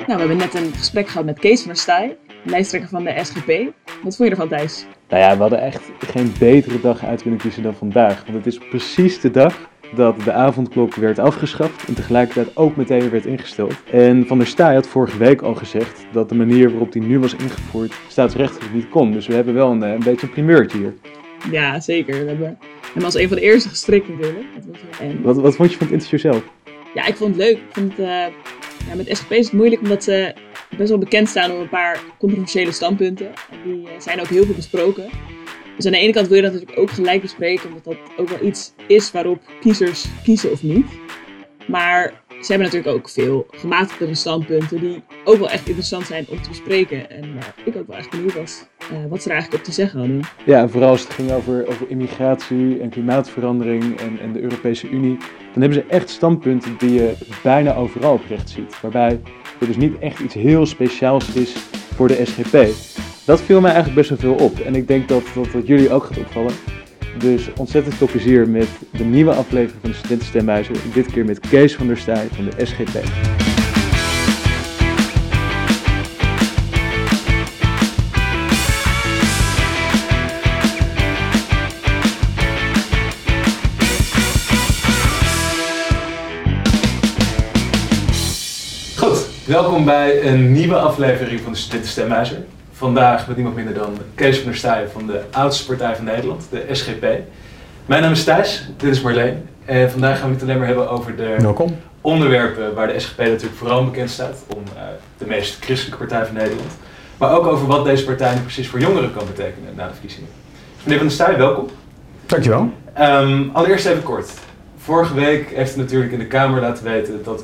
Nou, we hebben net een gesprek gehad met Kees van der Staaij, lijsttrekker van de SGP. Wat vond je ervan, Thijs? Nou ja, we hadden echt geen betere dag uit kunnen kiezen dan vandaag. Want het is precies de dag dat de avondklok werd afgeschaft en tegelijkertijd ook meteen weer werd ingesteld. En Van der Staaij had vorige week al gezegd dat de manier waarop die nu was ingevoerd staatsrechtelijk niet kon. Dus we hebben wel een beetje een primeurtje hier. Ja, zeker. We hebben hem als een van de eerste gestrikt natuurlijk. Wat vond je van het interview zelf? Ja, ik vond het leuk. Ik vond met SGP is het moeilijk omdat ze best wel bekend staan om een paar controversiële standpunten. En die zijn ook heel veel besproken. Dus aan de ene kant wil je dat natuurlijk ook gelijk bespreken, omdat dat ook wel iets is waarop kiezers kiezen of niet. Maar ze hebben natuurlijk ook veel gematigdere standpunten die ook wel echt interessant zijn om te bespreken. En waar ik ook wel echt benieuwd was wat ze er eigenlijk op te zeggen hadden. Ja, en vooral als het ging over immigratie en klimaatverandering en de Europese Unie. Dan hebben ze echt standpunten die je bijna overal oprecht ziet. Waarbij er dus niet echt iets heel speciaals is voor de SGP. Dat viel mij eigenlijk best wel veel op. En ik denk dat jullie ook gaat opvallen. Dus ontzettend veel plezier met de nieuwe aflevering van de Studentenstemwijzer. Dit keer met Kees van der Staaij van de SGP. Goed, welkom bij een nieuwe aflevering van de Studentenstemwijzer. Vandaag met niemand minder dan Kees van der Staaij van de oudste partij van Nederland, de SGP. Mijn naam is Thijs, dit is Marleen. En vandaag gaan we het alleen maar hebben over de onderwerpen waar de SGP natuurlijk vooral bekend staat. Om de meest christelijke partij van Nederland. Maar ook over wat deze partij nu precies voor jongeren kan betekenen na de verkiezingen. Meneer van der Staaij, welkom. Dankjewel. Allereerst even kort. Vorige week heeft u natuurlijk in de Kamer laten weten dat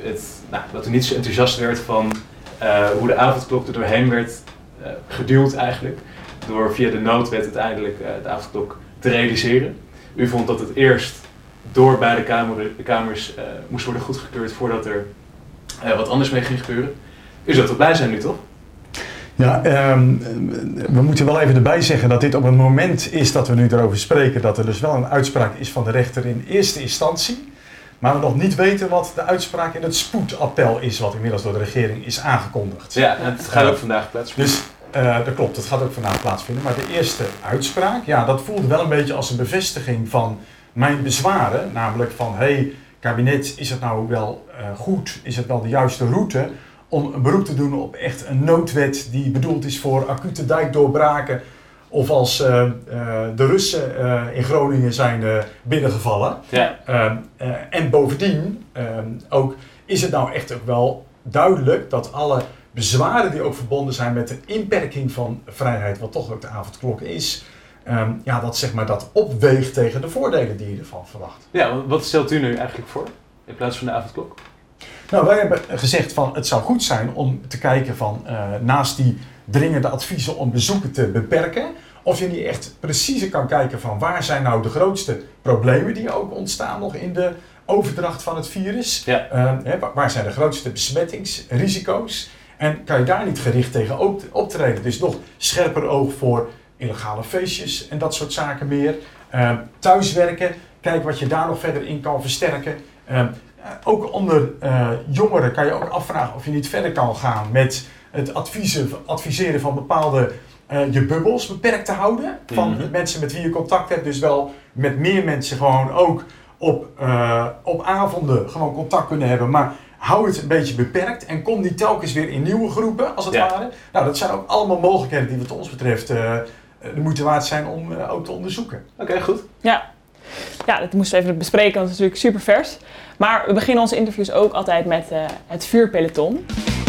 u niet zo enthousiast werd van hoe de avondklok er doorheen werd geduwd eigenlijk. Door via de noodwet uiteindelijk de avondklok te realiseren. U vond dat het eerst door beide kamers moest worden goedgekeurd voordat er wat anders mee ging gebeuren. U zult wel blij zijn nu, toch? Ja, we moeten wel even erbij zeggen dat dit op het moment is dat we nu erover spreken, dat er dus wel een uitspraak is van de rechter in eerste instantie. Maar we nog niet weten wat de uitspraak in het spoedappel is, wat inmiddels door de regering is aangekondigd. Ja, en het gaat ook vandaag plaatsvinden. Dus dat klopt, het gaat ook vandaag plaatsvinden. Maar de eerste uitspraak, ja, dat voelde wel een beetje als een bevestiging van mijn bezwaren. Namelijk van, kabinet, is het nou wel goed, is het wel de juiste route om een beroep te doen op echt een noodwet die bedoeld is voor acute dijkdoorbraken. Of als de Russen in Groningen zijn binnengevallen. Ja. En bovendien ook is het nou echt ook wel duidelijk dat alle bezwaren die ook verbonden zijn met de inperking van vrijheid, wat toch ook de avondklok is, dat opweegt tegen de voordelen die je ervan verwacht. Ja, wat stelt u nu eigenlijk voor in plaats van de avondklok? Nou, wij hebben gezegd van het zou goed zijn om te kijken van naast die dringende adviezen om bezoeken te beperken, of je niet echt preciezer kan kijken van waar zijn nou de grootste problemen die ook ontstaan nog in de overdracht van het virus. Ja. Waar zijn de grootste besmettingsrisico's? En kan je daar niet gericht tegen optreden? Dus nog scherper oog voor illegale feestjes en dat soort zaken meer. Thuiswerken, kijk wat je daar nog verder in kan versterken. Ook onder jongeren kan je ook afvragen of je niet verder kan gaan met het adviseren van bepaalde je bubbels beperkt te houden. Van mensen met wie je contact hebt. Dus wel met meer mensen gewoon ook op avonden gewoon contact kunnen hebben. Maar hou het een beetje beperkt en kom niet telkens weer in nieuwe groepen als het ware. Nou, dat zijn ook allemaal mogelijkheden die wat ons betreft de moeite waard zijn om ook te onderzoeken. Oké, goed. Ja, dat moesten we even bespreken, want het is natuurlijk super vers. Maar we beginnen onze interviews ook altijd met het vuurpeloton.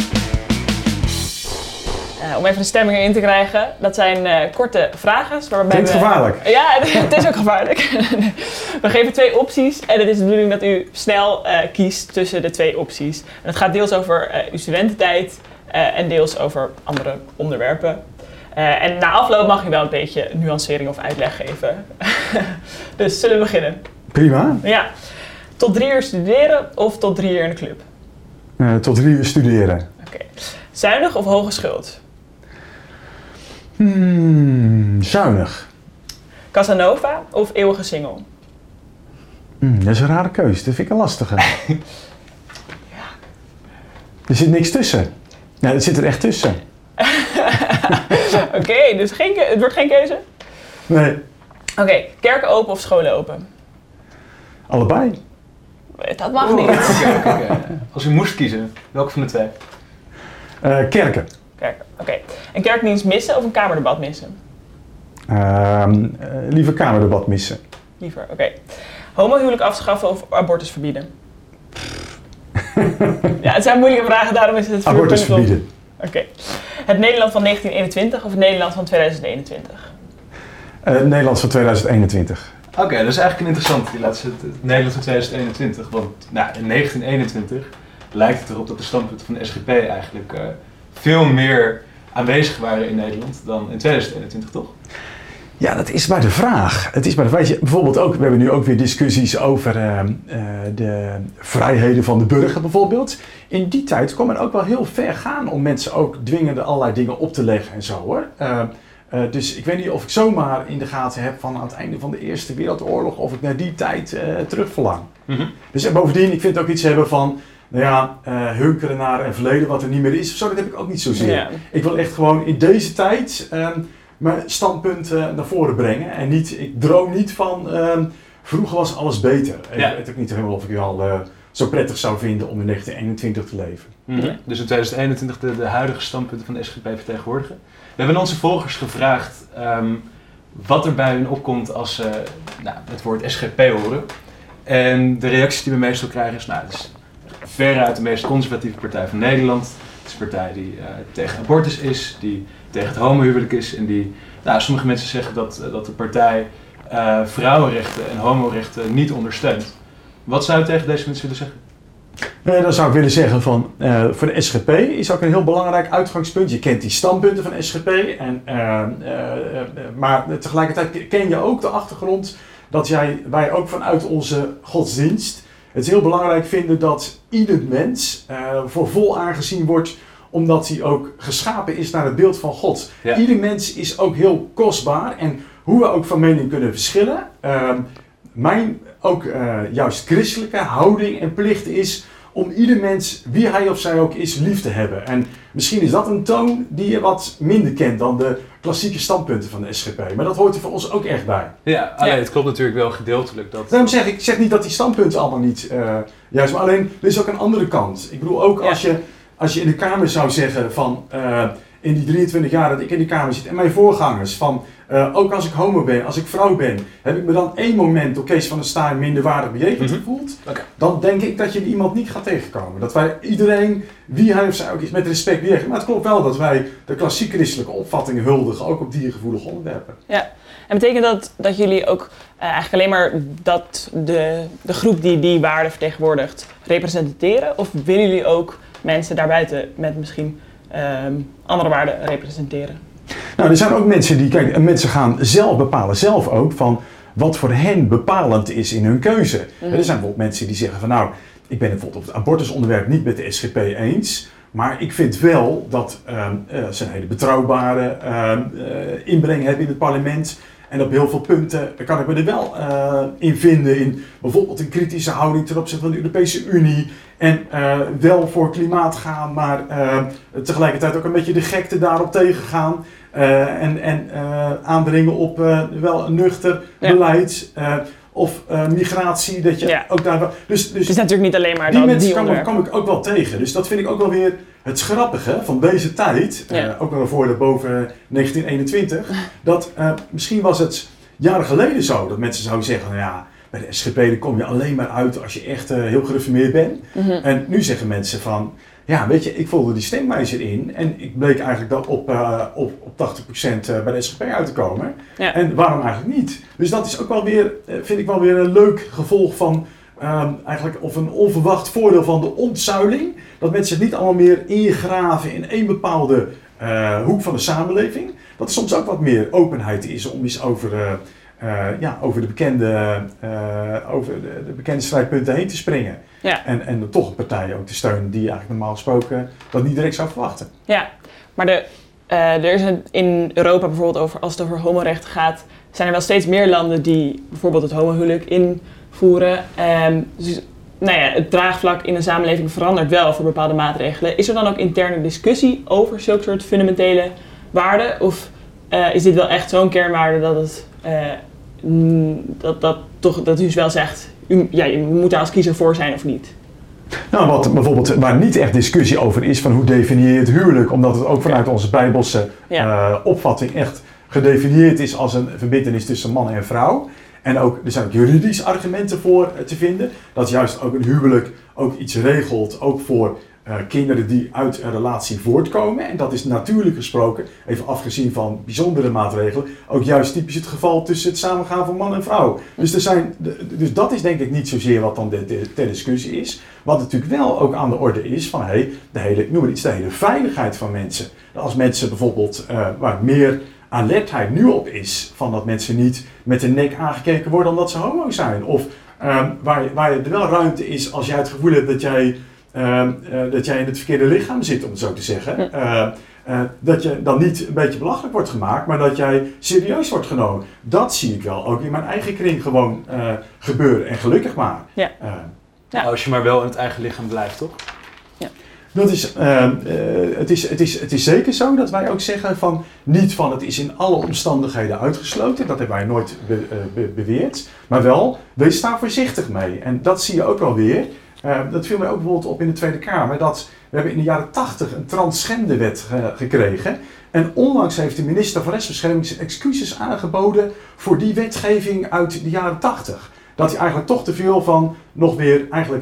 Om even de stemming erin te krijgen. Dat zijn korte vragen. Klinkt gevaarlijk. Ja, het is ook gevaarlijk. We geven 2 opties en het is de bedoeling dat u snel kiest tussen de 2 opties. En het gaat deels over uw studententijd en deels over andere onderwerpen. En na afloop mag je wel een beetje nuancering of uitleg geven. Dus zullen we beginnen? Prima. Ja. Tot 3 uur studeren of tot 3 uur in de club? Tot 3 uur studeren. Oké. Zuinig of hoge schuld? Zuinig. Casanova of eeuwige single? Dat is een rare keuze, dat vind ik een lastige. Er zit niks tussen. Ja, het zit er echt tussen. Oké, dus het wordt geen keuze? Nee, Oké, kerken open of scholen open? allebei. Dat mag niet. Oké. Als u moest kiezen, welke van de twee? Kerken. Kerken, oké. Een kerkdienst missen of een kamerdebat missen? Liever kamerdebat missen. Liever, oké. Homohuwelijk afschaffen of abortus verbieden? Ja, het zijn moeilijke vragen, daarom is het Abortus vuurpunt op. verbieden. Oké. Het Nederland van 1921 of het Nederland van 2021? Nederlands van 2021. Oké, dat is eigenlijk een interessant, die laatste, het Nederland van 2021. Want in 1921 lijkt het erop dat de standpunten van de SGP eigenlijk veel meer aanwezig waren in Nederland dan in 2021, toch? Ja, dat is maar de vraag. Het is maar de vraag. Bijvoorbeeld ook, we hebben nu ook weer discussies over de vrijheden van de burger bijvoorbeeld. In die tijd kon men ook wel heel ver gaan om mensen ook dwingende allerlei dingen op te leggen en zo hoor. Dus ik weet niet of ik zomaar in de gaten heb van aan het einde van de Eerste Wereldoorlog of ik naar die tijd terugverlang. Mm-hmm. Dus en bovendien, ik vind het ook iets hebben van, hunkeren naar een verleden wat er niet meer is of zo, dat heb ik ook niet zozeer. Ja. Ik wil echt gewoon in deze tijd mijn standpunt naar voren brengen. En niet, ik droom niet van, vroeger was alles beter. Ja. Ik weet ook niet helemaal of ik het al zo prettig zou vinden om in 1921 te leven. Mm-hmm. Ja. Dus in 2021 de huidige standpunten van de SGP vertegenwoordigen. We hebben onze volgers gevraagd wat er bij hun opkomt als ze het woord SGP horen. En de reacties die we meestal krijgen is, het is veruit de meest conservatieve partij van Nederland. Het is een partij die tegen abortus is, die tegen het homohuwelijk is en die, sommige mensen zeggen dat de partij vrouwenrechten en homorechten niet ondersteunt. Wat zou u tegen deze mensen willen zeggen? Dan zou ik willen zeggen van, voor de SGP is ook een heel belangrijk uitgangspunt. Je kent die standpunten van de SGP, maar tegelijkertijd ken je ook de achtergrond dat wij ook vanuit onze godsdienst het heel belangrijk vinden dat ieder mens voor vol aangezien wordt, omdat hij ook geschapen is naar het beeld van God. Ja. Ieder mens is ook heel kostbaar en hoe we ook van mening kunnen verschillen. Mijn ook juist christelijke houding en plicht is om ieder mens, wie hij of zij ook is, lief te hebben. En misschien is dat een toon die je wat minder kent dan de klassieke standpunten van de SGP. Maar dat hoort er voor ons ook echt bij. Ja, alleen het klopt natuurlijk wel gedeeltelijk dat... Daarom zeg ik zeg niet dat die standpunten allemaal niet juist, maar alleen er is ook een andere kant. Ik bedoel ook als je in de Kamer zou zeggen van in die 23 jaar dat ik in de Kamer zit en mijn voorgangers van ook als ik homo ben, als ik vrouw ben, heb ik me dan één moment door Kees van der Staaij minderwaardig bejegend gevoeld. Okay. Dan denk ik dat je iemand niet gaat tegenkomen. Dat wij iedereen, wie hij of zij ook is, met respect bejegenen. Maar het klopt wel dat wij de klassiek christelijke opvattingen huldigen, ook op diergevoelige onderwerpen. Ja, en betekent dat jullie ook eigenlijk alleen maar dat de groep die waarden vertegenwoordigt representeren? Of willen jullie ook mensen daarbuiten met misschien andere waarden representeren? Nou, er zijn ook mensen die, mensen gaan bepalen zelf ook van wat voor hen bepalend is in hun keuze. Mm-hmm. Er zijn bijvoorbeeld mensen die zeggen van ik ben het bijvoorbeeld op het abortusonderwerp niet met de SGP eens. Maar ik vind wel dat ze een hele betrouwbare inbreng hebben in het parlement. En op heel veel punten kan ik me er wel in vinden. In bijvoorbeeld een kritische houding ten opzichte van de Europese Unie. En wel voor klimaat gaan, maar tegelijkertijd ook een beetje de gekte daarop tegengaan. En aandringen op wel een nuchter beleid. Of migratie, dat je ook daar wel... Dus het is natuurlijk niet alleen maar die dat mensen kom ik ook wel tegen. Dus dat vind ik ook wel weer het grappige van deze tijd. Ook wel een voordeel boven 1921. Dat misschien was het jaren geleden zo dat mensen zouden zeggen... bij de SGP kom je alleen maar uit als je echt heel gereformeerd bent. Mm-hmm. En nu zeggen mensen van... weet je, ik vulde die stemwijzer in en ik bleek eigenlijk dat op 80% bij de SGP uit te komen. Ja. En waarom eigenlijk niet? Dus dat is ook wel weer, vind ik wel weer een leuk gevolg van of een onverwacht voordeel van de ontzuiling. Dat mensen zich niet allemaal meer ingraven in één bepaalde hoek van de samenleving. Dat er soms ook wat meer openheid is om eens over de bekende strijdpunten heen te springen. Ja. En toch een partij ook te steunen die eigenlijk normaal gesproken dat niet direct zou verwachten. Ja, maar er is in Europa bijvoorbeeld als het over homorechten gaat, zijn er wel steeds meer landen die bijvoorbeeld het homohuwelijk invoeren. Dus het draagvlak in de samenleving verandert wel voor bepaalde maatregelen. Is er dan ook interne discussie over zulke soort fundamentele waarden? Of is dit wel echt zo'n kernwaarde dat het dat u dus wel zegt, je moet daar als kiezer voor zijn of niet? Nou, wat bijvoorbeeld waar niet echt discussie over is van hoe definieer je het huwelijk, omdat het ook vanuit onze Bijbelse opvatting echt gedefinieerd is als een verbintenis tussen man en vrouw. En ook, er zijn ook juridische argumenten voor te vinden, dat juist ook een huwelijk ook iets regelt, ook voor kinderen die uit een relatie voortkomen. En dat is natuurlijk gesproken, even afgezien van bijzondere maatregelen, ook juist typisch het geval tussen het samengaan van man en vrouw. Dus dat is denk ik niet zozeer wat dan ter discussie is. Wat natuurlijk wel ook aan de orde is van de hele veiligheid van mensen. Als mensen bijvoorbeeld waar meer alertheid nu op is, van dat mensen niet met de nek aangekeken worden omdat ze homo zijn. Of waar er wel ruimte is als jij het gevoel hebt dat jij in het verkeerde lichaam zit, om het zo te zeggen. Dat je dan niet een beetje belachelijk wordt gemaakt, maar dat jij serieus wordt genomen. Dat zie ik wel ook in mijn eigen kring gewoon gebeuren. En gelukkig maar. Ja. Als je maar wel in het eigen lichaam blijft, toch? Ja. Dat is, het is zeker zo dat wij ook zeggen van niet van het is in alle omstandigheden uitgesloten. Dat hebben wij nooit beweerd. Maar wel, wees daar voorzichtig mee. En dat zie je ook wel weer. Dat viel mij ook bijvoorbeeld op in de Tweede Kamer. We hebben in de jaren 80 een transgenderwet gekregen. En onlangs heeft de minister van Rechtsbescherming excuses aangeboden voor die wetgeving uit de jaren 80. Dat hij eigenlijk toch te veel van nog weer eigenlijk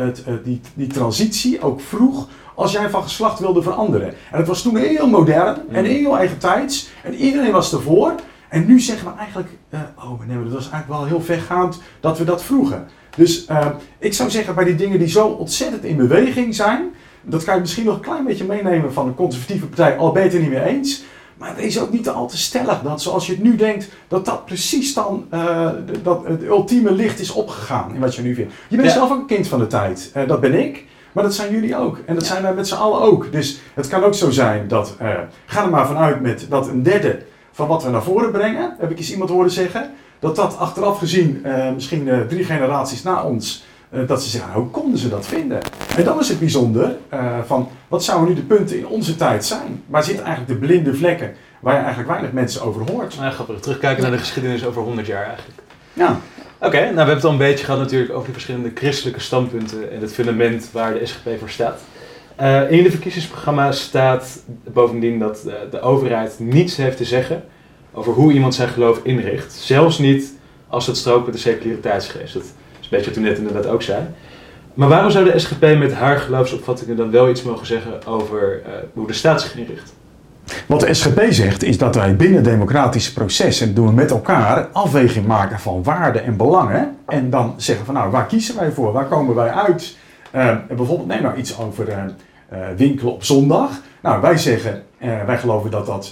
die transitie ook vroeg als jij van geslacht wilde veranderen. En het was toen heel modern en heel eigentijds en iedereen was ervoor. En nu zeggen we eigenlijk, dat was eigenlijk wel heel vergaand dat we dat vroegen. Dus ik zou zeggen bij die dingen die zo ontzettend in beweging zijn, dat kan je misschien nog een klein beetje meenemen van de conservatieve partij, al ben je het er niet mee eens. Maar het is ook niet al te stellig dat zoals je het nu denkt, dat precies dan dat het ultieme licht is opgegaan in wat je nu vindt. Je bent zelf ook een kind van de tijd. Dat ben ik, maar dat zijn jullie ook. En dat zijn wij met z'n allen ook. Dus het kan ook zo zijn dat, ga er maar vanuit met dat een derde van wat we naar voren brengen, heb ik eens iemand horen zeggen, dat achteraf gezien, misschien 3 generaties na ons, dat ze zeggen, hoe konden ze dat vinden? En dan is het bijzonder van, wat zouden nu de punten in onze tijd zijn? Waar zitten eigenlijk de blinde vlekken waar je eigenlijk weinig mensen over hoort? Nou, grappig. Terugkijken naar de geschiedenis over 100 jaar eigenlijk. Ja. Oké, nou we hebben het al een beetje gehad natuurlijk over die verschillende christelijke standpunten en het fundament waar de SGP voor staat. In jullie verkiezingsprogramma staat bovendien dat de overheid niets heeft te zeggen over hoe iemand zijn geloof inricht. Zelfs niet als het strookt met de seculariteitsgeest. Dat is een beetje wat u net inderdaad ook zei. Maar waarom zou de SGP met haar geloofsopvattingen dan wel iets mogen zeggen over hoe de staat zich inricht? Wat de SGP zegt is dat wij binnen democratische processen doen we met elkaar afweging maken van waarden en belangen. En dan zeggen van waar kiezen wij voor? Waar komen wij uit? Bijvoorbeeld neem nou iets over winkelen op zondag. Nou, wij zeggen, wij geloven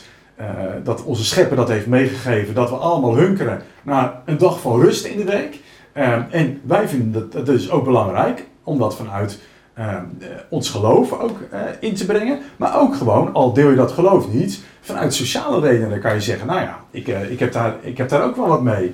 dat onze schepper dat heeft meegegeven, dat we allemaal hunkeren naar een dag van rust in de week. En wij vinden dat is ook belangrijk, om dat vanuit ons geloof ook in te brengen. Maar ook gewoon, al deel je dat geloof niet, vanuit sociale redenen kan je zeggen, ik heb daar ook wel wat mee.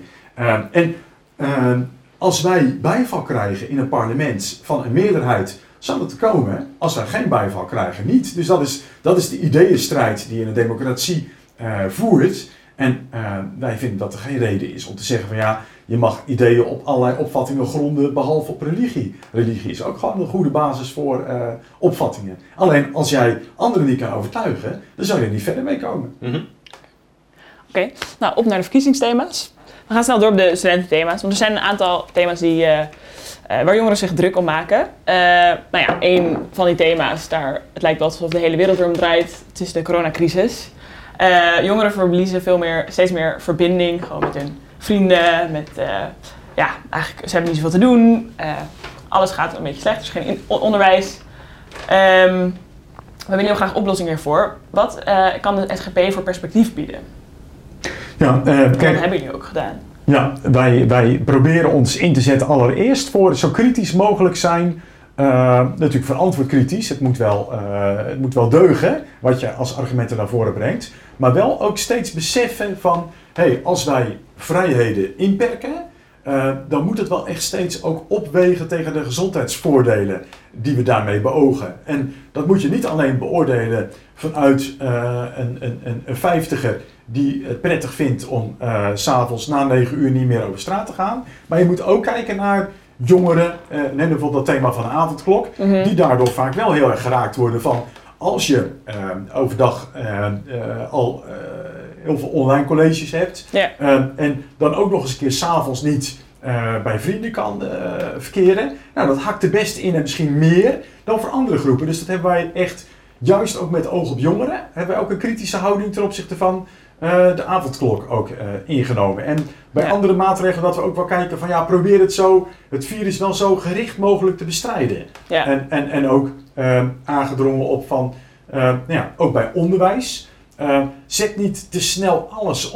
Als wij bijval krijgen in een parlement van een meerderheid, zou dat komen. Als wij geen bijval krijgen, niet. Dus dat is de ideeënstrijd die je in een democratie voert. En wij vinden dat er geen reden is om te zeggen van je mag ideeën op allerlei opvattingen gronden, behalve op religie. Religie is ook gewoon een goede basis voor opvattingen. Alleen als jij anderen niet kan overtuigen, dan zou je er niet verder mee komen. Mm-hmm. Oké, nou op naar de verkiezingsthema's. We gaan snel door op de studententhema's, want er zijn een aantal thema's waar jongeren zich druk om maken. Een van die thema's, het lijkt wel alsof de hele wereld erom draait, het is de coronacrisis. Jongeren verliezen steeds meer verbinding, gewoon met hun vrienden, eigenlijk, ze hebben niet zoveel te doen. Alles gaat een beetje slecht, er is geen onderwijs. We willen heel graag oplossingen hiervoor. Wat kan de SGP voor perspectief bieden? Ja, dat hebben jullie ook gedaan. Ja, wij proberen ons in te zetten allereerst voor zo kritisch mogelijk zijn. Natuurlijk verantwoord kritisch, het moet wel deugen wat je als argumenten naar voren brengt. Maar wel ook steeds beseffen van, als wij vrijheden inperken, dan moet het wel echt steeds ook opwegen tegen de gezondheidsvoordelen die we daarmee beogen. En dat moet je niet alleen beoordelen vanuit een 50er die het prettig vindt om 's avonds na 9 uur niet meer over straat te gaan. Maar je moet ook kijken naar jongeren, net bijvoorbeeld dat thema van de avondklok, die daardoor vaak wel heel erg geraakt worden van als je overdag al heel veel online colleges hebt en dan ook nog eens een keer 's avonds niet bij vrienden kan verkeren. Nou, dat hakt er best in en misschien meer dan voor andere groepen. Dus dat hebben wij echt, juist ook met oog op jongeren, hebben wij ook een kritische houding ten opzichte van de avondklok ook ingenomen. En bij andere maatregelen dat we ook wel kijken van probeer het virus wel zo gericht mogelijk te bestrijden. Ja. En ook aangedrongen op van, ook bij onderwijs. Zet niet te snel alles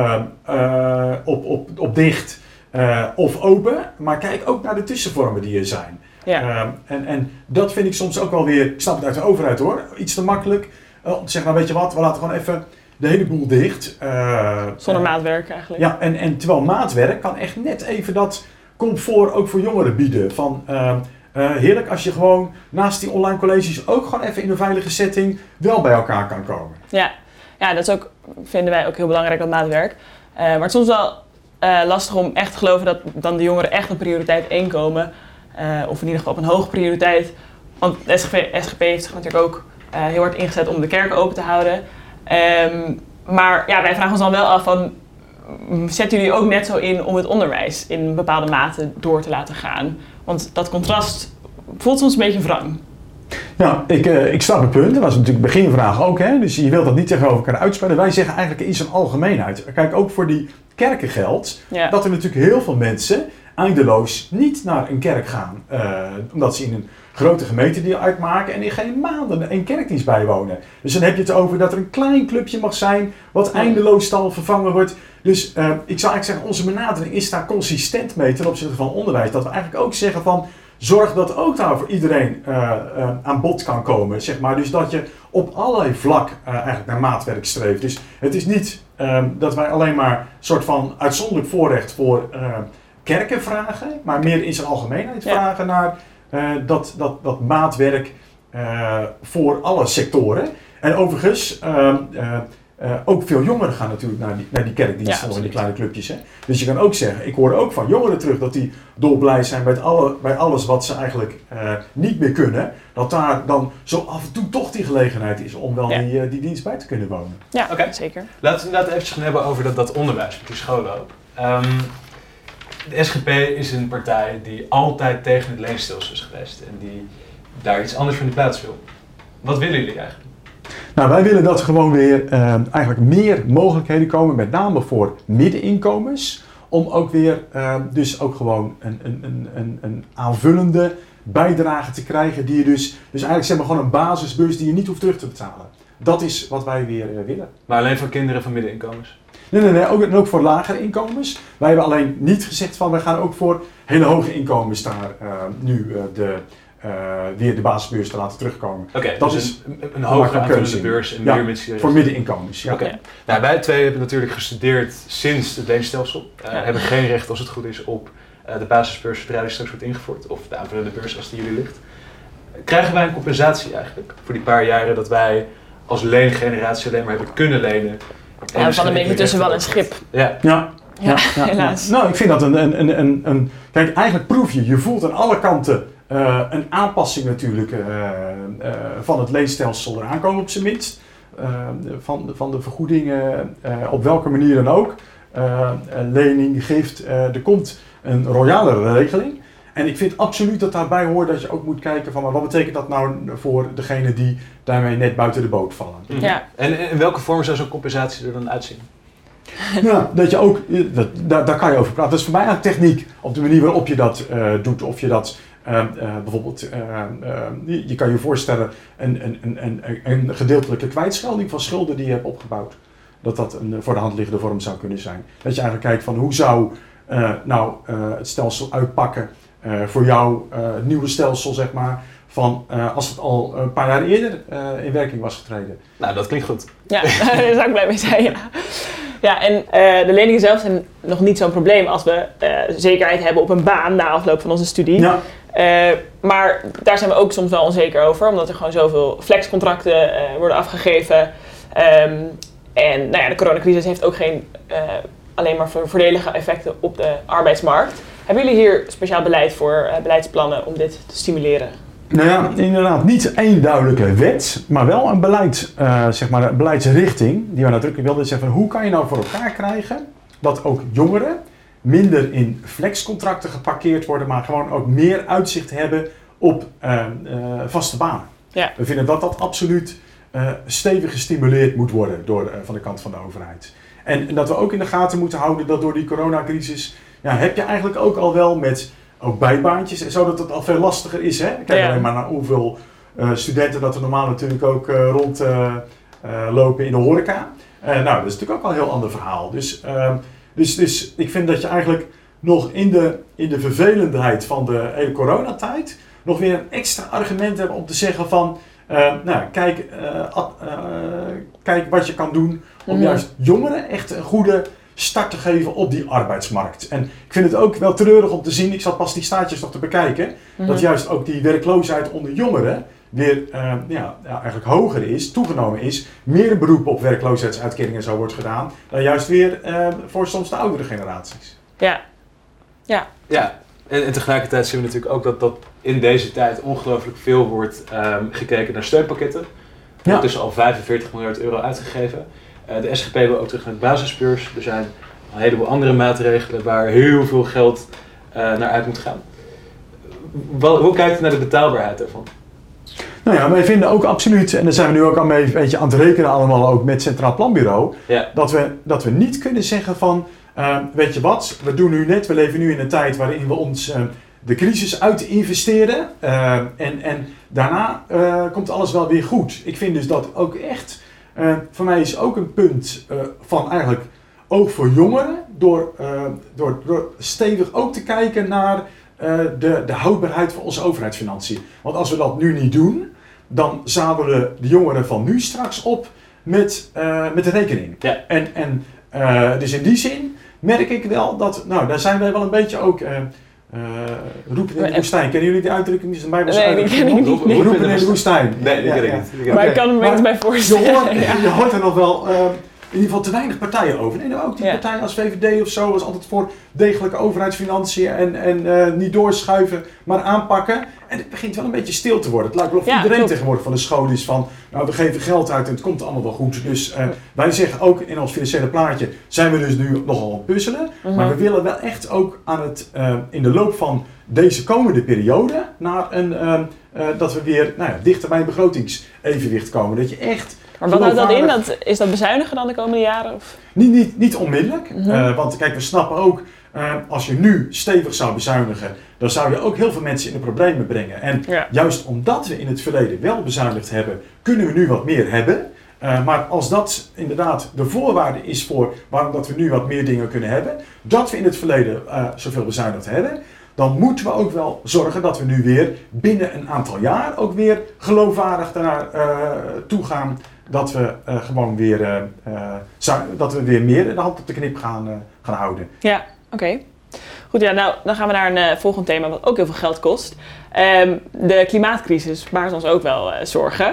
op dicht of open, maar kijk ook naar de tussenvormen die er zijn. Ja. En dat vind ik soms ook wel weer, ik snap het uit de overheid hoor, iets te makkelijk. Om te zeggen, weet je wat, we laten gewoon even de hele boel dicht. Zonder maatwerk eigenlijk. Ja, en terwijl maatwerk kan echt net even dat comfort ook voor jongeren bieden. Van heerlijk als je gewoon naast die online colleges ook gewoon even in een veilige setting wel bij elkaar kan komen. Ja, dat is ook, vinden wij ook heel belangrijk, dat maatwerk. Maar het is soms wel lastig om echt te geloven dat dan de jongeren echt op prioriteit 1 komen. Of in ieder geval op een hoge prioriteit. Want de SGP heeft zich natuurlijk ook heel hard ingezet om de kerken open te houden. Maar wij vragen ons dan wel af van, zetten jullie ook net zo in om het onderwijs in een bepaalde mate door te laten gaan? Want dat contrast voelt soms een beetje wrang. Ja, ik snap het punt. Dat was natuurlijk beginvraag ook. Hè? Dus je wilt dat niet tegenover elkaar uitspelen. Wij zeggen eigenlijk in zijn algemeenheid. Kijk, ook voor die kerken geldt dat er natuurlijk heel veel mensen eindeloos niet naar een kerk gaan. Omdat ze in een grote gemeente die uitmaken en in geen maanden een kerkdienst bijwonen. Dus dan heb je het over dat er een klein clubje mag zijn wat eindeloos al vervangen wordt. Dus ik zou eigenlijk zeggen, onze benadering is daar consistent mee ten opzichte van onderwijs. Dat we eigenlijk ook zeggen van, zorg dat ook daar voor iedereen aan bod kan komen, zeg maar. Dus dat je op allerlei vlak eigenlijk naar maatwerk streeft. Dus het is niet dat wij alleen maar een soort van uitzonderlijk voorrecht voor kerken vragen, maar meer in zijn algemeenheid vragen naar dat maatwerk voor alle sectoren. En overigens, ook veel jongeren gaan natuurlijk naar die kerkdiensten, in die kleine clubjes. Hè? Dus je kan ook zeggen, ik hoor ook van jongeren terug dat die dolblij zijn bij alles wat ze eigenlijk niet meer kunnen. Dat daar dan zo af en toe toch die gelegenheid is om wel die dienst bij te kunnen wonen. Ja, zeker. Laten we inderdaad eventjes gaan hebben over dat onderwijs, met die scholen ook. De SGP is een partij die altijd tegen het leenstelsel is geweest en die daar iets anders van in plaats wil. Wat willen jullie eigenlijk? Nou, wij willen dat er gewoon weer eigenlijk meer mogelijkheden komen, met name voor middeninkomens, om ook weer dus ook gewoon een aanvullende bijdrage te krijgen die je dus eigenlijk zeg maar gewoon een basisbeurs die je niet hoeft terug te betalen. Dat is wat wij weer willen. Maar alleen voor kinderen van middeninkomens? Nee, ook voor lagere inkomens. Wij hebben alleen niet gezegd van wij gaan ook voor hele hoge inkomens daar nu weer de basisbeurs te laten terugkomen. Oké, dat dus is een hogere aanvullende beurs en meer mensen. Voor middeninkomens. Ja. Okay. Nou, wij twee hebben natuurlijk gestudeerd sinds het leenstelsel. Hebben geen recht als het goed is op de basisbeurs zodra die straks wordt ingevoerd. Of de aanvullende beurs als die jullie ligt. Krijgen wij een compensatie eigenlijk voor die paar jaren dat wij als leengeneratie alleen maar hebben kunnen lenen? Ja, we vallen een beetje tussen wel een schip. Ja, helaas. Nou, ik vind dat een kijk, eigenlijk proef je voelt aan alle kanten een aanpassing natuurlijk van het leenstelsel eraan komen op zijn minst. Van de vergoedingen, op welke manier dan ook. Lening, gift, er komt een royalere regeling. En ik vind absoluut dat daarbij hoort dat je ook moet kijken van wat betekent dat nou voor degene die daarmee net buiten de boot vallen. Ja. En in welke vorm zou zo'n compensatie er dan uitzien? Ja, dat je ook, daar kan je over praten. Dat is voor mij eigenlijk techniek op de manier waarop je dat doet. Of je dat bijvoorbeeld, je kan je voorstellen een gedeeltelijke kwijtschelding van schulden die je hebt opgebouwd. Dat een voor de hand liggende vorm zou kunnen zijn. Dat je eigenlijk kijkt van hoe zou het stelsel uitpakken voor jou, het nieuwe stelsel zeg maar, van als het al een paar jaar eerder in werking was getreden. Nou, dat klinkt goed. Ja, daar zou ik blij mee zijn, ja. Ja, en de leningen zelf zijn nog niet zo'n probleem als we zekerheid hebben op een baan na afloop van onze studie. Ja. Maar daar zijn we ook soms wel onzeker over, omdat er gewoon zoveel flexcontracten worden afgegeven. En nou ja, de coronacrisis heeft ook geen alleen maar voordelige effecten op de arbeidsmarkt. Hebben jullie hier speciaal beleid voor, beleidsplannen om dit te stimuleren? Nou ja, inderdaad niet één duidelijke wet, maar wel een beleid, een beleidsrichting die we nadrukkelijk wilden zeggen. Hoe kan je nou voor elkaar krijgen dat ook jongeren minder in flexcontracten geparkeerd worden, maar gewoon ook meer uitzicht hebben op vaste banen. Ja. We vinden dat dat absoluut stevig gestimuleerd moet worden van de kant van de overheid. En dat we ook in de gaten moeten houden dat door die coronacrisis, heb je eigenlijk ook al wel met ook bijbaantjes en zo, dat het al veel lastiger is. Hè? Kijk alleen maar naar hoeveel studenten dat er normaal natuurlijk ook rondlopen in de horeca. Dat is natuurlijk ook al een heel ander verhaal. Dus ik vind dat je eigenlijk nog in de vervelendheid van de hele coronatijd nog weer een extra argument hebt om te zeggen van kijk wat je kan doen om juist jongeren echt een goede start te geven op die arbeidsmarkt. En ik vind het ook wel treurig om te zien, ik zat pas die staatjes nog te bekijken, dat juist ook die werkloosheid onder jongeren weer eigenlijk hoger is, toegenomen is, meer een beroep op werkloosheidsuitkeringen en zo wordt gedaan, dan juist weer voor soms de oudere generaties. Ja, en tegelijkertijd zien we natuurlijk ook dat in deze tijd ongelooflijk veel wordt gekeken naar steunpakketten. Er wordt dus al 45 miljard euro uitgegeven. De SGP wil ook terug naar de basisbeurs. Er zijn een heleboel andere maatregelen waar heel veel geld naar uit moet gaan. Hoe kijkt u naar de betaalbaarheid daarvan? Nou ja, wij vinden ook absoluut, en daar zijn we nu ook al mee een beetje aan het rekenen allemaal ook met het Centraal Planbureau, dat we niet kunnen zeggen van, weet je wat, we leven nu in een tijd waarin we ons de crisis uit investeren en daarna komt alles wel weer goed. Ik vind dus dat ook echt, voor mij is ook een punt van eigenlijk ook voor jongeren, door stevig ook te kijken naar de houdbaarheid van onze overheidsfinanciën. Want als we dat nu niet doen, dan zadelen de jongeren van nu straks op met de rekening. Ja. Dus in die zin merk ik wel dat, daar zijn wij wel een beetje ook roepen in de woestijn. Kennen jullie die uitdrukking? Die is bij nee, die ken ik niet. Nee. Roepen in de woestijn. Nee, die ken ik niet. Maar ik kan me er bij voorstellen. Je hoort er nog wel in ieder geval te weinig partijen over. En ook die partijen als VVD of zo was altijd voor degelijke overheidsfinanciën en niet doorschuiven, maar aanpakken. En het begint wel een beetje stil te worden. Het lijkt wel of iedereen tegenwoordig van de school is van, we geven geld uit en het komt allemaal wel goed. Dus wij zeggen ook in ons financiële plaatje zijn we dus nu nogal aan het puzzelen. Maar we willen wel echt ook aan het, in de loop van deze komende periode naar dat we weer dichter bij een begrotingsevenwicht komen. Dat je echt... Maar wat houdt dat in? Is dat bezuinigen dan de komende jaren? Of? Niet onmiddellijk. Want kijk, we snappen ook, als je nu stevig zou bezuinigen, dan zou je ook heel veel mensen in de problemen brengen. En juist omdat we in het verleden wel bezuinigd hebben, kunnen we nu wat meer hebben. Maar als dat inderdaad de voorwaarde is voor waarom dat we nu wat meer dingen kunnen hebben, dat we in het verleden zoveel bezuinigd hebben, dan moeten we ook wel zorgen dat we nu weer binnen een aantal jaar ook weer geloofwaardig daarnaar toe gaan. Dat we gewoon weer, dat we weer meer de hand op de knip gaan houden. Ja, oké. Goed, nou dan gaan we naar een volgend thema wat ook heel veel geld kost. De klimaatcrisis baart ons ook wel zorgen.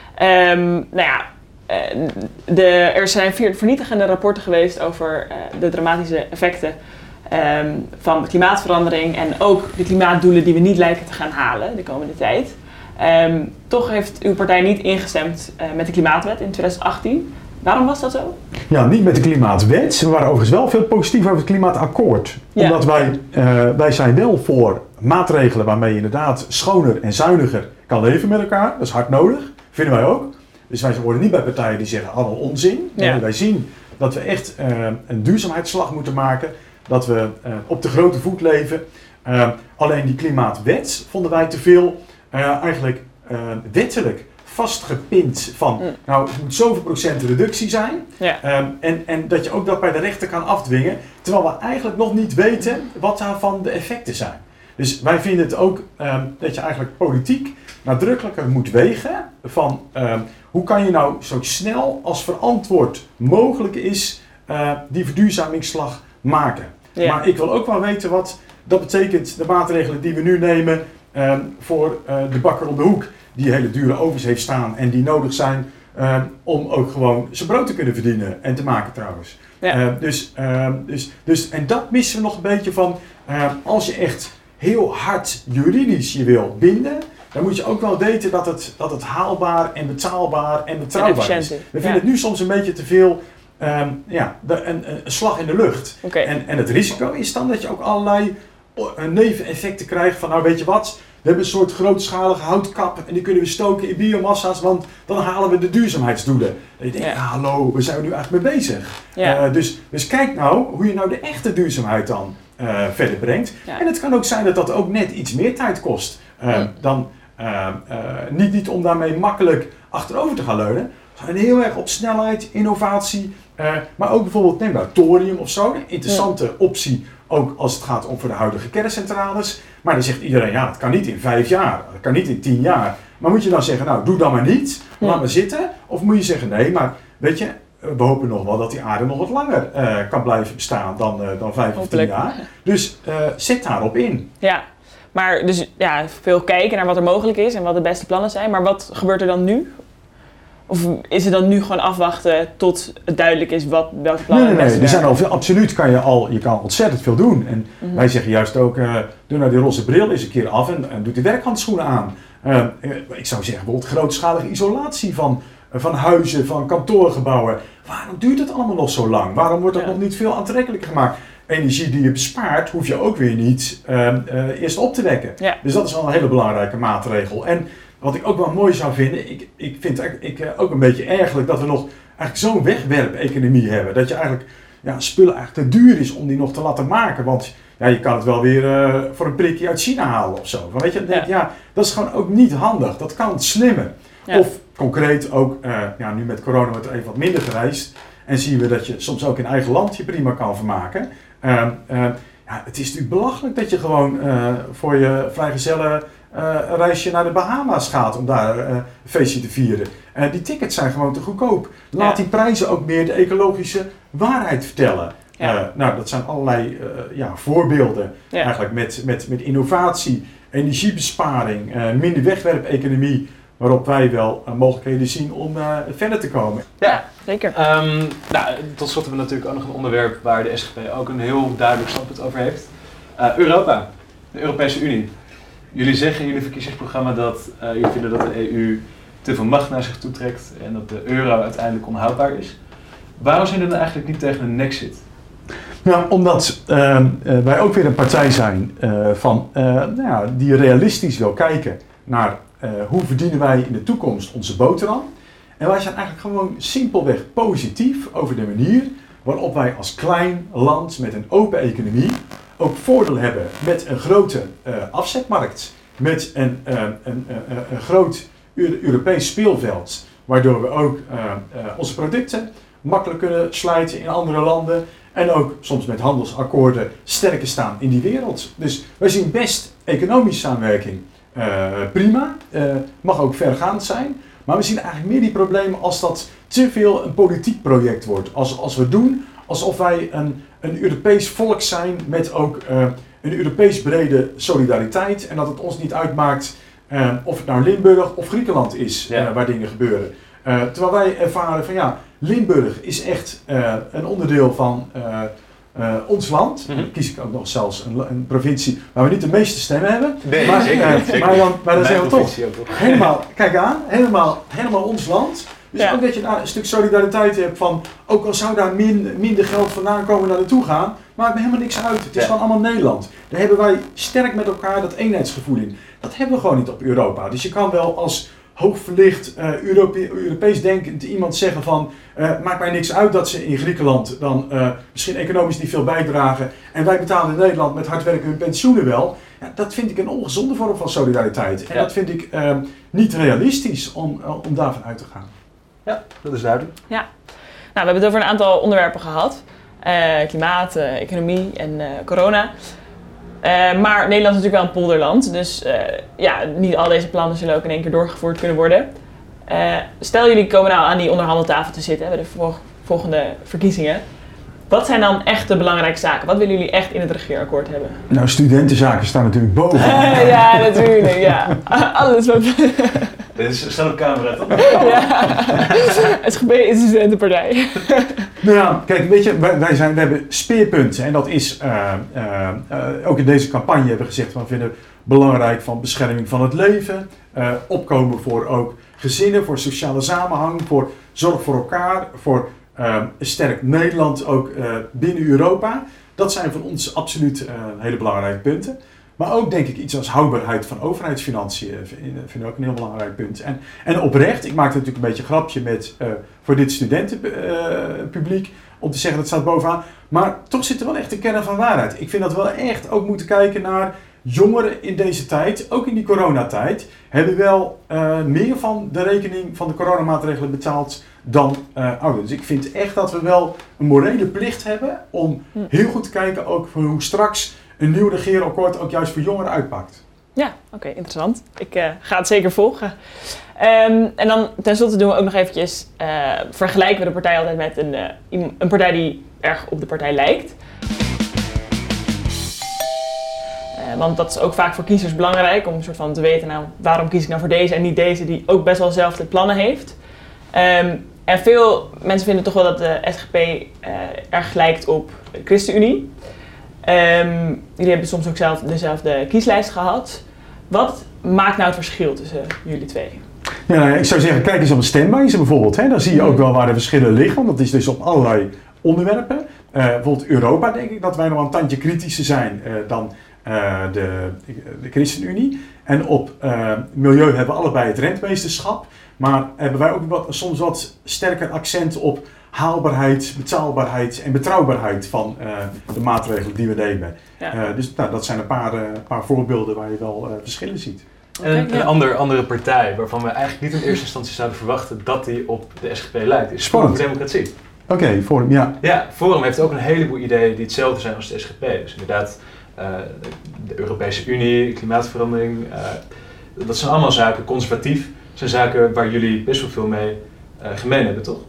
Er zijn vernietigende rapporten geweest over de dramatische effecten van de klimaatverandering en ook de klimaatdoelen die we niet lijken te gaan halen de komende tijd. Toch heeft uw partij niet ingestemd met de klimaatwet in 2018. Waarom was dat zo? Ja, niet met de klimaatwet. We waren overigens wel veel positiever over het klimaatakkoord. Ja. Omdat wij zijn wel voor maatregelen waarmee je inderdaad schoner en zuiniger kan leven met elkaar. Dat is hard nodig, vinden wij ook. Dus wij worden niet bij partijen die zeggen allemaal onzin. Ja. Wij zien dat we echt een duurzaamheidsslag moeten maken. Dat we op de grote voet leven. Alleen die klimaatwet vonden wij te veel eigenlijk wettelijk vastgepind van, het moet zoveel procent reductie zijn. Ja. En dat je ook dat bij de rechter kan afdwingen, terwijl we eigenlijk nog niet weten wat daarvan de effecten zijn. Dus wij vinden het ook dat je eigenlijk politiek nadrukkelijker moet wegen van hoe kan je nou zo snel als verantwoord mogelijk is die verduurzamingsslag maken. Ja. Maar ik wil ook wel weten wat dat betekent, de maatregelen die we nu nemen voor de bakker om de hoek. Die hele dure ovens heeft staan en die nodig zijn om ook gewoon zijn brood te kunnen verdienen en te maken trouwens. Ja. En dat missen we nog een beetje van, als je echt heel hard juridisch je wil binden, dan moet je ook wel weten dat het haalbaar en betaalbaar en betrouwbaar is. We vinden het nu soms een beetje te veel een slag in de lucht. Okay. En het risico is dan dat je ook allerlei neveneffecten krijgt van, nou weet je wat, we hebben een soort grootschalige houtkap en die kunnen we stoken in biomassa's, want dan halen we de duurzaamheidsdoelen. En je denkt, hallo, waar zijn we nu eigenlijk mee bezig? Ja. Dus kijk nou hoe je nou de echte duurzaamheid dan verder brengt. Ja. En het kan ook zijn dat dat ook net iets meer tijd kost. Niet om daarmee makkelijk achterover te gaan leunen. En heel erg op snelheid, innovatie, maar ook bijvoorbeeld neem nou thorium of zo. Een interessante optie, ook als het gaat om voor de huidige kerncentrales. Maar dan zegt iedereen, dat kan niet in 5 jaar, dat kan niet in 10 jaar. Maar moet je dan zeggen, nou doe dan maar niet, laat maar zitten. Of moet je zeggen, nee, maar weet je, we hopen nog wel dat die aarde nog wat langer kan blijven bestaan dan 5 of 10 jaar. Dus zet daarop in. Ja. Maar dus veel kijken naar wat er mogelijk is en wat de beste plannen zijn. Maar wat gebeurt er dan nu? Of is het dan nu gewoon afwachten tot het duidelijk is welke plannen Nee, er zijn al veel, absoluut je kan ontzettend veel doen. En wij zeggen juist ook, doe nou die roze bril eens een keer af en doe die werkhandschoenen aan. Ik zou zeggen, bijvoorbeeld grootschalige isolatie van huizen, van kantoorgebouwen. Waarom duurt het allemaal nog zo lang? Waarom wordt dat nog niet veel aantrekkelijker gemaakt? Energie die je bespaart, hoef je ook weer niet eerst op te wekken. Ja. Dus dat is wel een hele belangrijke maatregel. En wat ik ook wel mooi zou vinden, ik vind het ook een beetje ergerlijk dat we nog eigenlijk zo'n wegwerp-economie hebben. Dat je eigenlijk spullen eigenlijk te duur is om die nog te laten maken. Want je kan het wel weer voor een prikje uit China halen of zo. Maar weet je, dan denk ik, dat is gewoon ook niet handig. Dat kan slimmer. Ja. Of concreet ook, nu met corona wordt er even wat minder gereisd. En zien we dat je soms ook in eigen land je prima kan vermaken. Het is natuurlijk belachelijk dat je gewoon voor je vrijgezellen een reisje naar de Bahama's gaat om daar een feestje te vieren. Die tickets zijn gewoon te goedkoop. Laat die prijzen ook meer de ecologische waarheid vertellen. Ja. Dat zijn allerlei voorbeelden. Ja. Eigenlijk met innovatie, energiebesparing, minder wegwerp-economie. Waarop wij wel mogelijkheden zien om verder te komen. Ja, zeker. Tot slot hebben we natuurlijk ook nog een onderwerp waar de SGP ook een heel duidelijk standpunt over heeft. Europa, de Europese Unie. Jullie zeggen in jullie verkiezingsprogramma dat jullie vinden dat de EU te veel macht naar zich toetrekt en dat de euro uiteindelijk onhoudbaar is. Waarom zijn jullie dan eigenlijk niet tegen een Nexit? Nou, omdat wij ook weer een partij zijn die realistisch wil kijken naar hoe verdienen wij in de toekomst onze boterham. En wij zijn eigenlijk gewoon simpelweg positief over de manier waarop wij als klein land met een open economie ook voordeel hebben met een grote afzetmarkt, met een groot Europees speelveld, waardoor we ook onze producten makkelijk kunnen sluiten in andere landen en ook soms met handelsakkoorden sterker staan in die wereld. Dus wij zien best economische samenwerking prima, mag ook vergaand zijn, maar we zien eigenlijk meer die problemen als dat te veel een politiek project wordt. Als we doen alsof wij een Europees volk zijn met ook een Europees brede solidariteit en dat het ons niet uitmaakt of het nou Limburg of Griekenland is waar dingen gebeuren. Terwijl wij ervaren van Limburg is echt een onderdeel van ons land. Dan kies ik ook nog zelfs een provincie waar we niet de meeste stemmen hebben. Nee, maar, zeker. Maar dan zijn we toch helemaal, kijk aan, helemaal ons land. Dus ook dat je een stuk solidariteit hebt van, ook al zou daar minder geld vandaan komen naar naartoe gaan, maakt me helemaal niks uit. Het is gewoon allemaal Nederland. Daar hebben wij sterk met elkaar dat eenheidsgevoel in. Dat hebben we gewoon niet op Europa. Dus je kan wel als hoogverlicht Europees denkend iemand zeggen van, maakt mij niks uit dat ze in Griekenland dan misschien economisch niet veel bijdragen en wij betalen in Nederland met hard werken hun pensioenen wel. Ja, dat vind ik een ongezonde vorm van solidariteit. En dat vind ik niet realistisch om daarvan uit te gaan. Ja, dat is duidelijk. Ja. Nou, we hebben het over een aantal onderwerpen gehad. Klimaat, economie en corona. Maar Nederland is natuurlijk wel een polderland. Dus niet al deze plannen zullen ook in één keer doorgevoerd kunnen worden. Stel jullie komen nou aan die onderhandeltafel te zitten bij de volgende verkiezingen. Wat zijn dan echt de belangrijkste zaken? Wat willen jullie echt in het regeerakkoord hebben? Nou, studentenzaken staan natuurlijk bovenaan. Ja, natuurlijk. Ja. Alles wat... Dit staat op camera, toch? Ja. SGP is een studentenpartij. Nou ja, kijk, weet je, we hebben speerpunten en dat is, ook in deze campagne hebben we gezegd, we vinden het belangrijk van bescherming van het leven, opkomen voor ook gezinnen, voor sociale samenhang, voor zorg voor elkaar, voor een sterk Nederland ook binnen Europa. Dat zijn voor ons absoluut hele belangrijke punten. Maar ook denk ik iets als houdbaarheid van overheidsfinanciën vind ik ook een heel belangrijk punt. En oprecht, ik maak natuurlijk een beetje een grapje met voor dit studentenpubliek om te zeggen dat staat bovenaan. Maar toch zit er wel echt een kern van waarheid. Ik vind dat we wel echt ook moeten kijken naar jongeren in deze tijd, ook in die coronatijd, hebben wel meer van de rekening van de coronamaatregelen betaald dan ouderen. Dus ik vind echt dat we wel een morele plicht hebben om heel goed te kijken ook van hoe straks een nieuw regeerakkoord ook juist voor jongeren uitpakt. Ja, oké, interessant. Ik ga het zeker volgen. En dan tenslotte doen we ook nog eventjes, vergelijken we de partij altijd met een partij die erg op de partij lijkt. Want dat is ook vaak voor kiezers belangrijk om een soort van te weten, nou, waarom kies ik nou voor deze en niet deze die ook best wel dezelfde plannen heeft. En veel mensen vinden toch wel dat de SGP erg lijkt op de ChristenUnie. Jullie hebben soms ook zelf dezelfde kieslijst gehad. Wat maakt nou het verschil tussen jullie twee? Ja, ik zou zeggen, kijk eens op een stemwijzer bijvoorbeeld. Hè? Dan zie je ook wel waar de verschillen liggen, want dat is dus op allerlei onderwerpen. Bijvoorbeeld Europa, denk ik dat wij nog een tandje kritischer zijn dan de ChristenUnie. En op milieu hebben we allebei het rentmeesterschap. Maar hebben wij ook soms wat sterker accent op haalbaarheid, betaalbaarheid en betrouwbaarheid van de maatregelen die we nemen. Ja. Dus dat zijn een paar voorbeelden waar je wel verschillen ziet. Een andere partij waarvan we eigenlijk niet in eerste instantie zouden verwachten dat die op de SGP lijkt, is Forum voor Democratie. Oké, Forum, ja. Ja, Forum heeft ook een heleboel ideeën die hetzelfde zijn als de SGP. Dus inderdaad, de Europese Unie, klimaatverandering, dat zijn allemaal zaken, conservatief, zijn zaken waar jullie best wel veel mee gemeen hebben, toch?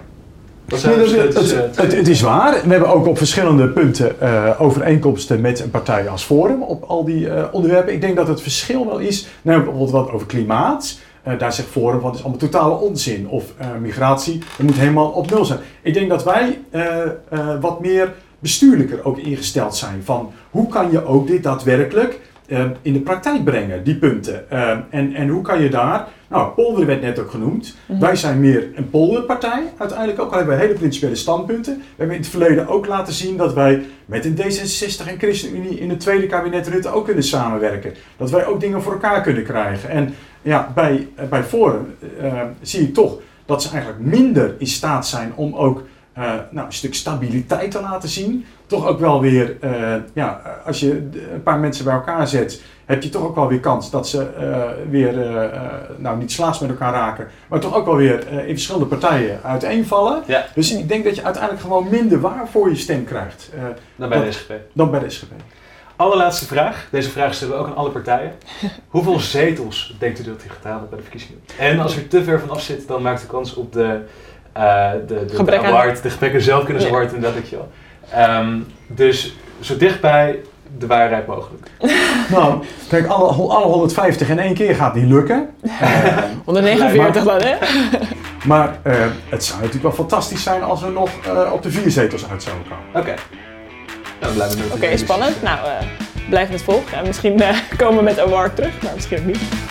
Het is waar. We hebben ook op verschillende punten overeenkomsten met een partij als Forum op al die onderwerpen. Ik denk dat het verschil wel is, nou, bijvoorbeeld wat over klimaat. Daar zegt Forum, wat is allemaal totale onzin. Of migratie, dat moet helemaal op nul zijn. Ik denk dat wij wat meer bestuurlijker ook ingesteld zijn. Van hoe kan je ook dit daadwerkelijk in de praktijk brengen, die punten. En hoe kan je daar, nou, polder werd net ook genoemd. Wij zijn meer een polderpartij, uiteindelijk ook al hebben we hele principiële standpunten. We hebben in het verleden ook laten zien dat wij met een D66 en ChristenUnie in het tweede kabinet Rutte ook kunnen samenwerken. Dat wij ook dingen voor elkaar kunnen krijgen. En ja, bij Forum zie ik toch dat ze eigenlijk minder in staat zijn om ook een stuk stabiliteit te laten zien. Toch ook wel weer, als je een paar mensen bij elkaar zet, heb je toch ook wel weer kans dat ze niet slaags met elkaar raken, maar toch ook wel weer in verschillende partijen uiteenvallen. Ja. Dus ik denk dat je uiteindelijk gewoon minder waar voor je stem krijgt. Dan bij de SGP. Dan bij de SGP. Allerlaatste vraag. Deze vraag stellen we ook aan alle partijen. Hoeveel zetels denkt u dat u gaat halen bij de verkiezingen? En als u te ver vanaf zit, dan maakt u kans op de award, de gebreken zelf kunnen ze award en dat ik je al. Dus zo dichtbij de waarheid mogelijk. Nou, kijk, alle 150 in één keer gaat niet lukken. 149 dan, hè? Maar het zou natuurlijk wel fantastisch zijn als we nog op de 4 zetels uit zouden komen. Oké. Nou, blijven we Oké, spannend. Nou, blijven het volgen. Ja, misschien komen we met award terug, maar misschien ook niet.